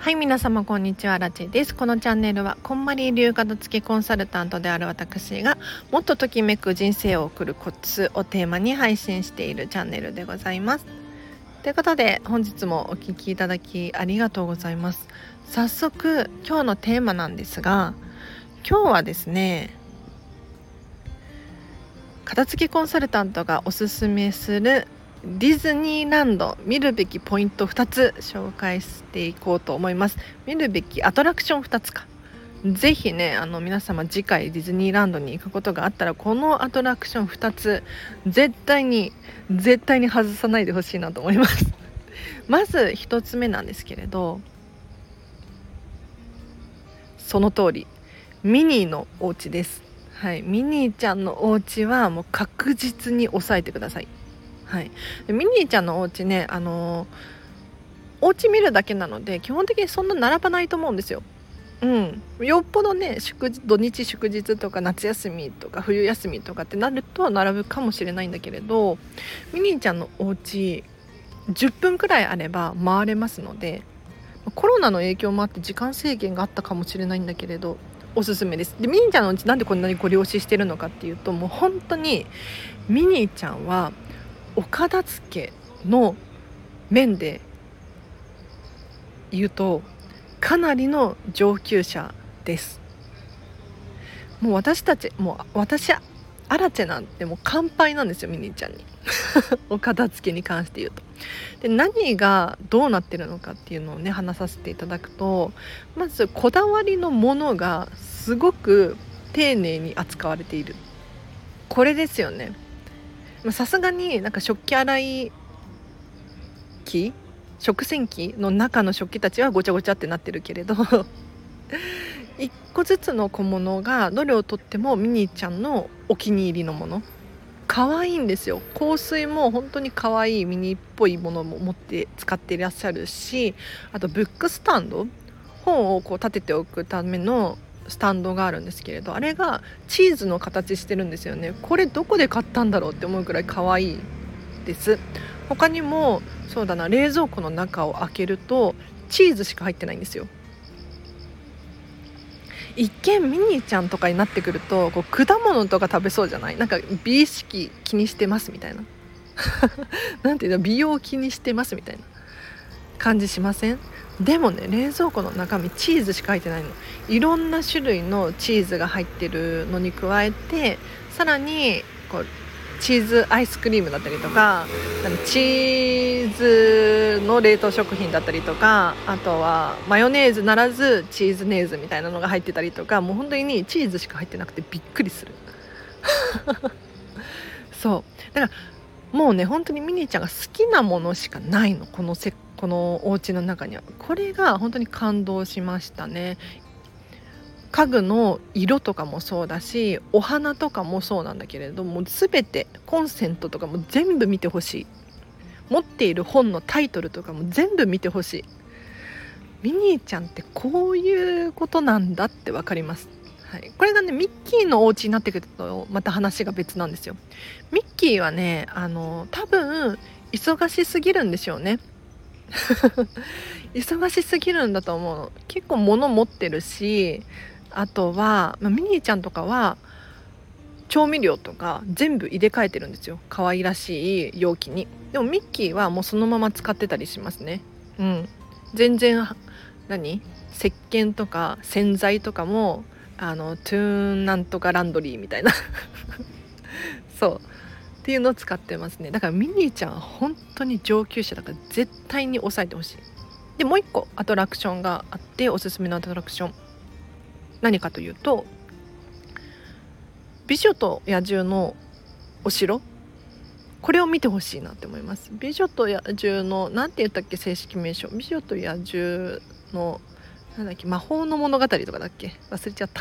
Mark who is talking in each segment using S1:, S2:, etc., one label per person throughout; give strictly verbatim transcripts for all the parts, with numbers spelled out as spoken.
S1: はい、皆様こんにちは、ラチェです。このチャンネルはこんまり流片付きコンサルタントである私がもっとときめく人生を送るコツをテーマに配信しているチャンネルでございます。ということで本日もお聞きいただきありがとうございます。早速今日のテーマなんですが、今日はですね、片付きコンサルタントがおすすめするディズニーランド見るべきポイントふたつ紹介していこうと思います。見るべきアトラクションふたつか。ぜひね、あの皆様次回ディズニーランドに行くことがあったら、このアトラクションふたつ絶対に絶対に外さないでほしいなと思いますまずひとつめなんですけれど、その通りミニーのお家です。はい、ミニーちゃんのお家はもう確実に押さえてください。はい、でミニーちゃんのお家ね、あのー、お家見るだけなので基本的にそんな並ばないと思うんですよ。うん、よっぽどね、祝日土日祝日とか夏休みとか冬休みとかってなると並ぶかもしれないんだけれど、ミニーちゃんのお家じゅっぷんくらいあれば回れますので、コロナの影響もあって時間制限があったかもしれないんだけれどおすすめです。でミニーちゃんのお家なんでこんなにご利用ししてるのかっていうと、もう本当にミニーちゃんはお片付けの面で言うとかなりの上級者です。もう私たちもう私アラチェなんてもう完敗なんですよ、ミニーちゃんにお片付けに関して言うと。で何がどうなってるのかっていうのをね話させていただくと、まずこだわりのものがすごく丁寧に扱われている、これですよね。さすがになんか食器洗い機食洗機の中の食器たちはごちゃごちゃってなってるけれど一個ずつの小物がどれをとってもミニーちゃんのお気に入りのもの、可愛いんですよ。香水も本当に可愛いミニっぽいものも持って使っていらっしゃるし、あとブックスタンド、本をこう立てておくためのスタンドがあるんですけれど、あれがチーズの形してるんですよね。これどこで買ったんだろうって思うくらい可愛いです。他にもそうだな、冷蔵庫の中を開けるとチーズしか入ってないんですよ。一見ミニーちゃんとかになってくるとこう果物とか食べそうじゃない？なんか美意識気にしてますみたいななんていうの、美容気にしてますみたいな感じしません？でもね、冷蔵庫の中身チーズしか入ってないの。いろんな種類のチーズが入ってるのに加えて、さらにこうチーズアイスクリームだったりとか、チーズの冷凍食品だったりとか、あとはマヨネーズならずチーズネーズみたいなのが入ってたりとか、もう本当にチーズしか入ってなくてびっくりするそうだからもうね、本当にミニーちゃんが好きなものしかないの、このせこのお家の中には。これが本当に感動しましたね。家具の色とかもそうだし、お花とかもそうなんだけれども、全てコンセントとかも全部見てほしい。持っている本のタイトルとかも全部見てほしい。ミニーちゃんってこういうことなんだって分かります。はい、これがねミッキーのお家になってくるとまた話が別なんですよ。ミッキーはね、あの多分忙しすぎるんでしょうね忙しすぎるんだと思うの。結構物持ってるし、あとは、まあ、ミニーちゃんとかは調味料とか全部入れ替えてるんですよ、可愛らしい容器に。でもミッキーはもうそのまま使ってたりしますね。うん、全然何石鹸とか洗剤とかもあのトゥーンなんとかランドリーみたいなそうっていうのを使ってますね。だからミニーちゃんは本当に上級者だから絶対に抑えてほしい。でもう一個アトラクションがあって、おすすめのアトラクション何かというと、美女と野獣のお城、これを見てほしいなって思います。美女と野獣のなんて言ったっけ、正式名称。美女と野獣のなんだっけ、魔法の物語とかだっけ、忘れちゃった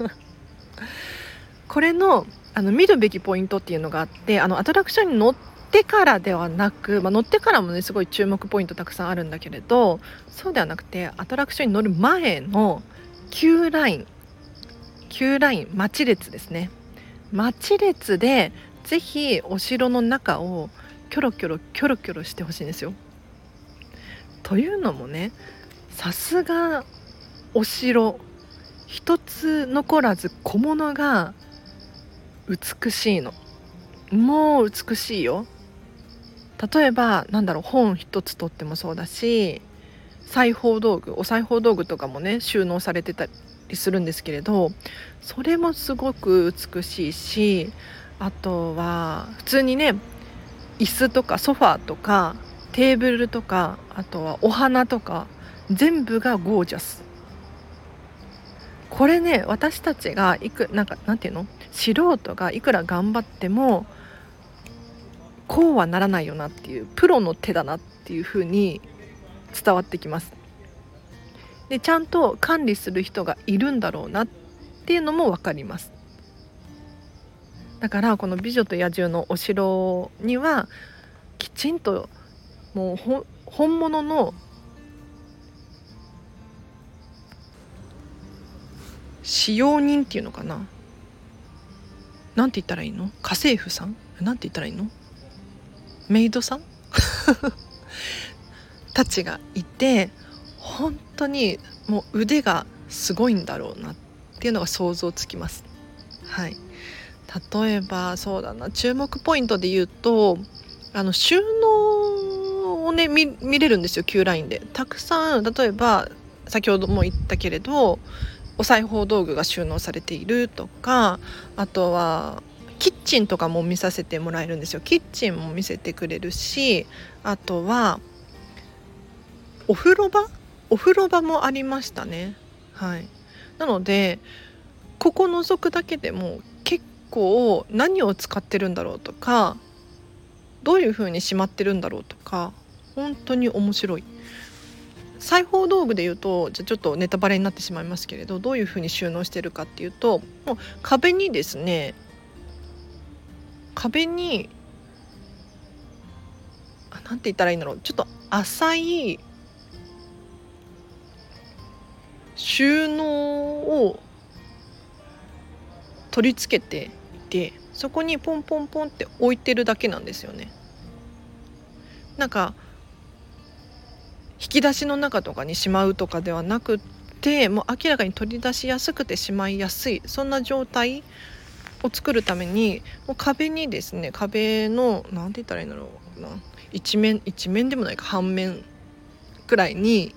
S1: これのあの見るべきポイントっていうのがあって、あのアトラクションに乗ってからではなく、まあ、乗ってからもねすごい注目ポイントたくさんあるんだけれど、そうではなくてアトラクションに乗る前のキューラインキューライン待ち列ですね。待ち列でぜひお城の中をキョロキョロキョロキョロしてほしいんですよ。というのもね、 さすがお城、一つ残らず小物が美しいの。もう美しいよ。例えばなんだろう、本一つとってもそうだし、裁縫道具、お裁縫道具とかもね収納されてたりするんですけれど、それもすごく美しいし、あとは普通にね、椅子とかソファーとかテーブルとか、あとはお花とか、全部がゴージャス。これね、私たちがいくなんかなんていうの、素人がいくら頑張ってもこうはならないよなっていう、プロの手だなっていう風に伝わってきます。でちゃんと管理する人がいるんだろうなっていうのも分かります。だからこの美女と野獣のお城にはきちんともう本物の使用人っていうのかな、なんて言ったらいいの、家政婦さん、なんて言ったらいいの、メイドさんたちがいて、本当にもう腕がすごいんだろうなっていうのが想像つきます。はい。例えばそうだな、注目ポイントで言うと、あの収納をね 見, 見れるんですよ、 Q ラインでたくさん。例えば先ほども言ったけれど、お裁縫道具が収納されているとか、あとはキッチンとかも見させてもらえるんですよ。キッチンも見せてくれるし、あとはお風呂場お風呂場もありましたね。はい。なのでここ覗くだけでも結構何を使ってるんだろうとか、どういう風にしまってるんだろうとか、本当に面白い。裁縫道具で言うと、じゃちょっとネタバレになってしまいますけれど、どういう風に収納してるかっていうと、もう壁にですね、壁にあなんて言ったらいいんだろう、ちょっと浅い収納を取り付けていて、そこにポンポンポンって置いてるだけなんですよね。なんか引き出しの中とかにしまうとかではなくって、もう明らかに取り出しやすくてしまいやすい、そんな状態を作るために、もう壁にですね、壁のなんて言ったらいいんだろうな、一面一面でもないか、半面くらいに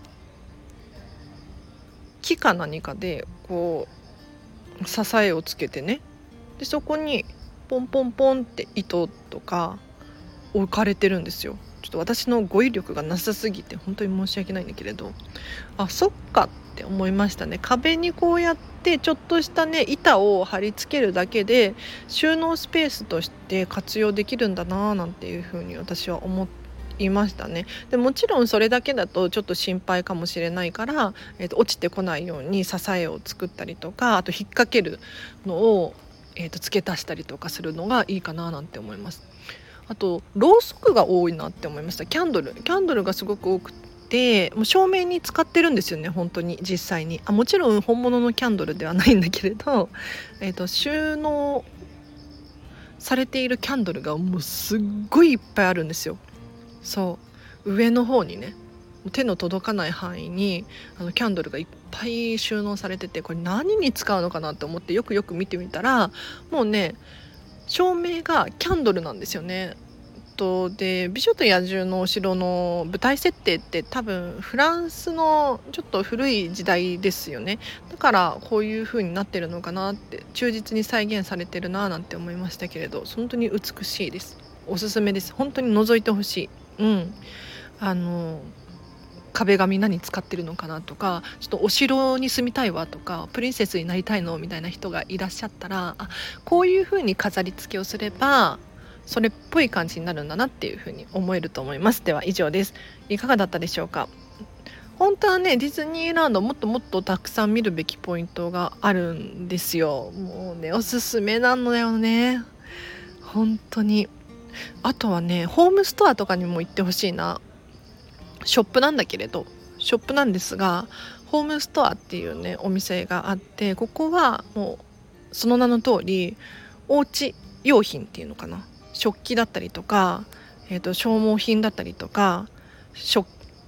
S1: 木か何かでこう支えをつけてね、でそこにポンポンポンって糸とか置かれてるんですよ。ちょっと私の語彙力がなさすぎて本当に申し訳ないんだけれど、あ、そっかって思いましたね。壁にこうやってちょっとしたね板を貼り付けるだけで収納スペースとして活用できるんだななんていうふうに私は思いましたね。でもちろんそれだけだとちょっと心配かもしれないから、えーと、落ちてこないように支えを作ったりとか、あと引っ掛けるのを、えーと、付け足したりとかするのがいいかななんて思います。あとろうそくが多いなって思いました。キャンドルキャンドルがすごく多くて、もう照明に使ってるんですよね、本当に実際に。あ、もちろん本物のキャンドルではないんだけれど、えーと、収納されているキャンドルがもうすっごいいっぱいあるんですよ。そう上の方にね、手の届かない範囲にあのキャンドルがいっぱい収納されてて、これ何に使うのかなと思ってよくよく見てみたら、もうね照明がキャンドルなんですよね。とで美女と野獣のお城の舞台設定って多分フランスのちょっと古い時代ですよね。だからこういう風になってるのかなって、忠実に再現されてるななんて思いましたけれど、本当に美しいです。おすすめです。本当に覗いてほしい。うんあの壁紙何使ってるのかなとか、ちょっとお城に住みたいわとか、プリンセスになりたいのみたいな人がいらっしゃったら、あ、こういう風に飾り付けをすればそれっぽい感じになるんだなっていう風に思えると思います。では以上です。いかがだったでしょうか。本当はねディズニーランドもっともっとたくさん見るべきポイントがあるんですよ。もうねおすすめなのよね、本当に。あとはねホームストアとかにも行ってほしいな。ショップなんだけれど、ショップなんですが、ホームストアっていうねお店があって、ここはもうその名の通りおうち用品っていうのかな、食器だったりとか、えーと消耗品だったりとか、食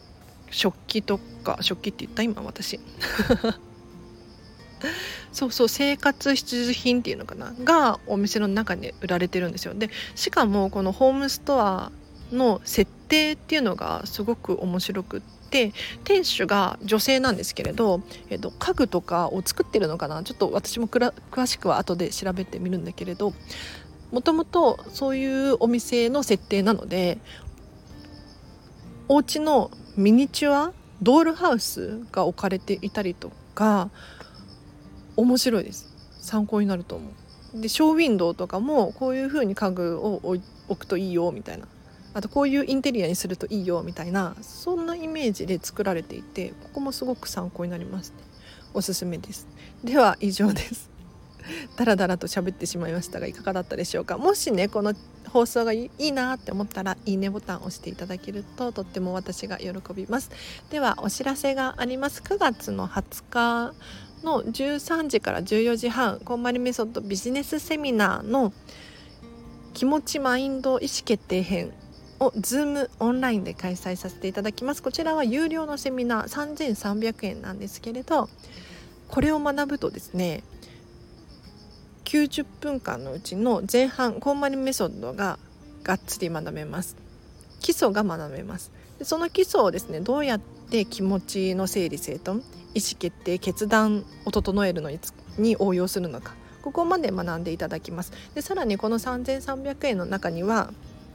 S1: 食器とか、食器って言った今私そうそう、生活必需品っていうのかながお店の中で売られてるんですよ。でしかもこのホームストアの設定っていうのがすごく面白くって、店主が女性なんですけれど、えっと、家具とかを作ってるのかな、ちょっと私もくら詳しくは後で調べてみるんだけれど、もともとそういうお店の設定なので、お家のミニチュアドールハウスが置かれていたりとか、面白いです。参考になると思う。でショーウィンドウとかもこういう風に家具を置くといいよみたいな、あとこういうインテリアにするといいよみたいな、そんなイメージで作られていて、ここもすごく参考になりますね。おすすめです。では以上です。だらだらと喋ってしまいましたが、いかがだったでしょうか。もしねこの放送がいいなって思ったらいいねボタンを押していただけるととっても私が喜びます。ではお知らせがあります。くがつのはつかのじゅうさんじからじゅうよじはん、こんまりメソッドビジネスセミナーの気持ちマインド意思決定編を Zoom オンラインで開催させていただきます。こちらは有料のセミナーさんぜんさんびゃくえんなんですけれど、これを学ぶとですね、きゅうじゅっぷんかんのうちの前半こんまりメソッドががっつり学べます。基礎が学べます。でその基礎をですね、どうやって気持ちの整理整頓、意思決定、決断を整えるのに応用するのか、ここまで学んでいただきます。でさらにこのさんぜんさんびゃくえんの中には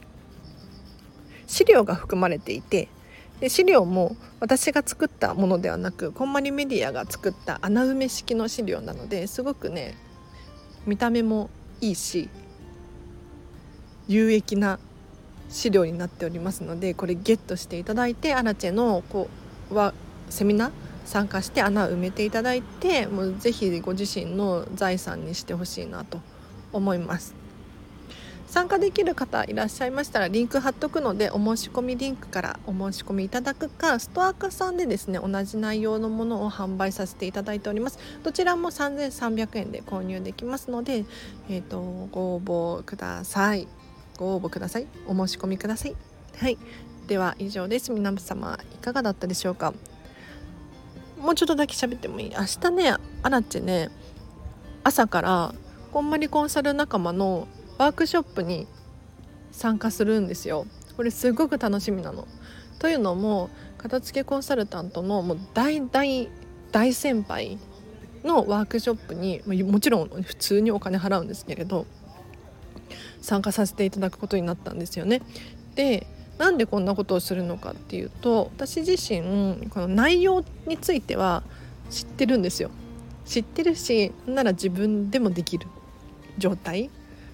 S1: 資料が含まれていて、で資料も私が作ったものではなく、こんまりメディアが作った穴埋め式の資料なので、すごくね見た目もいいし有益な資料になっておりますので、これゲットしていただいて、アラチェのこうはセミナー参加して穴を埋めていただいて、もうぜひご自身の財産にしてほしいなと思います。参加できる方いらっしゃいましたらリンク貼っとくので、お申し込みリンクからお申し込みいただくか、ストア化さんでですね同じ内容のものを販売させていただいております。どちらもさんぜんさんびゃくえんで購入できますので、えーと、ご応募くださいご応募くださいお申し込みください。はい、では以上です。皆様いかがだったでしょうか。もうちょっとだけ喋ってもいい。明日ね、アラチェね、朝からこんまりコンサル仲間のワークショップに参加するんですよ。これすごく楽しみなの。というのも、片付けコンサルタントのもう大大大先輩のワークショップに、もちろん普通にお金払うんですけれど、参加させていただくことになったんですよね。で、なんでこんなことをするのかっていうと、私自身この内容については知ってるんですよ。知ってるし、なら自分でもできる状態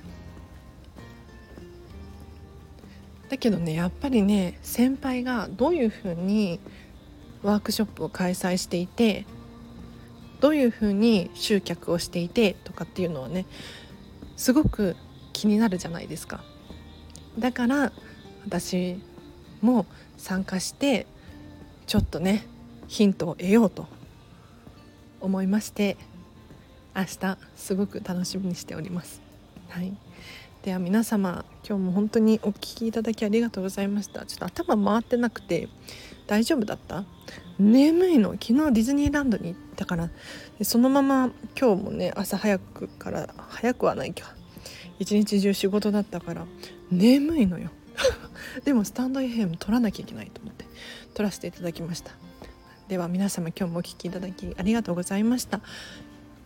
S1: だけどね、やっぱりね、先輩がどういうふうにワークショップを開催していて、どういうふうに集客をしていてとかっていうのはね、すごく気になるじゃないですか。だから私も参加してちょっとねヒントを得ようと思いまして、明日すごく楽しみにしております。はい、では皆様、今日も本当にお聞きいただきありがとうございました。ちょっと頭回ってなくて大丈夫だった？眠いの。昨日ディズニーランドに行ったから、でそのまま今日もね朝早くから、早くはないか、一日中仕事だったから眠いのよでもスタンド エフエム 撮らなきゃいけないと思って撮らせていただきました。では皆様、今日もお聞きいただきありがとうございました。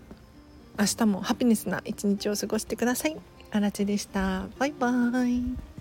S1: 明日もハピネスな一日を過ごしてください。あらちでした。バイバイ。